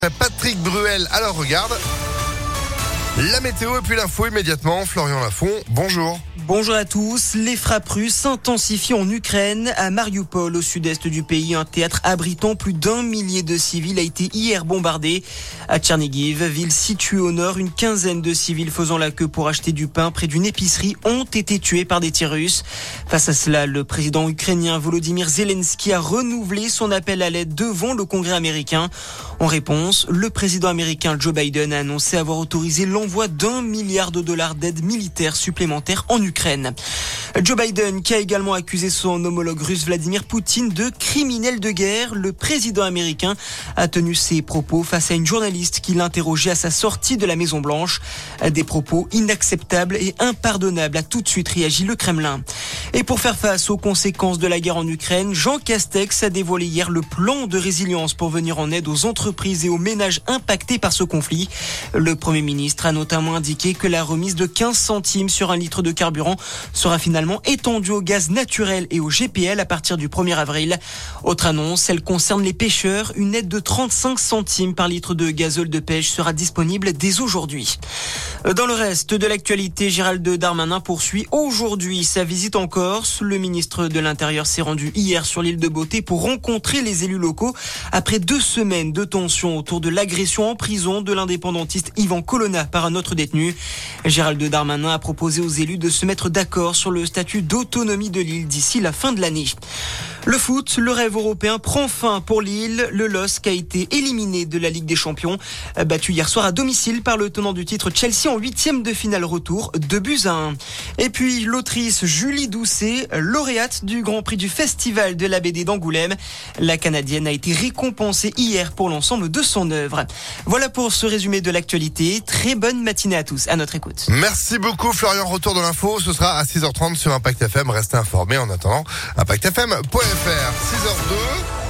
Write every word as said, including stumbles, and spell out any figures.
Patrick Bruel, alors regarde. La météo et puis l'info immédiatement. Florian Lafont, bonjour. Bonjour à tous. Les frappes russes s'intensifient en Ukraine. À Mariupol, au sud-est du pays, un théâtre abritant plus d'un millier de civils a été hier bombardé. À Tchernigiv, ville située au nord, une quinzaine de civils faisant la queue pour acheter du pain près d'une épicerie ont été tués par des tirs russes. Face à cela, le président ukrainien Volodymyr Zelensky a renouvelé son appel à l'aide devant le Congrès américain. En réponse, le président américain Joe Biden a annoncé avoir autorisé l'envoi d'un milliard de dollars d'aide militaire supplémentaire en Ukraine. Joe Biden qui a également accusé son homologue russe Vladimir Poutine de criminel de guerre. Le président américain a tenu ses propos face à une journaliste qui l'interrogeait à sa sortie de la Maison Blanche. Des propos inacceptables et impardonnables, a tout de suite réagi le Kremlin. Et pour faire face aux conséquences de la guerre en Ukraine, Jean Castex a dévoilé hier le plan de résilience pour venir en aide aux entreprises et aux ménages impactés par ce conflit. Le Premier ministre a notamment indiqué que la remise de quinze centimes sur un litre de carburant sera finalement étendue au gaz naturel et au G P L à partir du premier avril. Autre annonce, elle concerne les pêcheurs. Une aide de trente-cinq centimes par litre de gazole de pêche sera disponible dès aujourd'hui. Dans le reste de l'actualité, Gérald Darmanin poursuit aujourd'hui sa visite en Corse. Le ministre de l'Intérieur s'est rendu hier sur l'île de Beauté pour rencontrer les élus locaux après deux semaines de tension autour de l'agression en prison de l'indépendantiste Yvan Colonna par un autre détenu. Gérald Darmanin a proposé aux élus de se mettre d'accord sur le statut d'autonomie de l'île d'ici la fin de l'année. Le foot, le rêve européen prend fin pour Lille. Le L O S C a été éliminé de la Ligue des Champions, battu hier soir à domicile par le tenant du titre Chelsea en huitième de finale retour, deux buts à un. Et puis l'autrice Julie Doucet, lauréate du Grand Prix du Festival de la B D d'Angoulême. La Canadienne a été récompensée hier pour l'ensemble de son œuvre. Voilà pour ce résumé de l'actualité. Très bonne matinée à tous. À notre écoute. Merci beaucoup Florian. Retour de l'info, ce sera à six heures trente sur Impact F M. Restez informés en attendant. Impact F M point F R, six heures deux.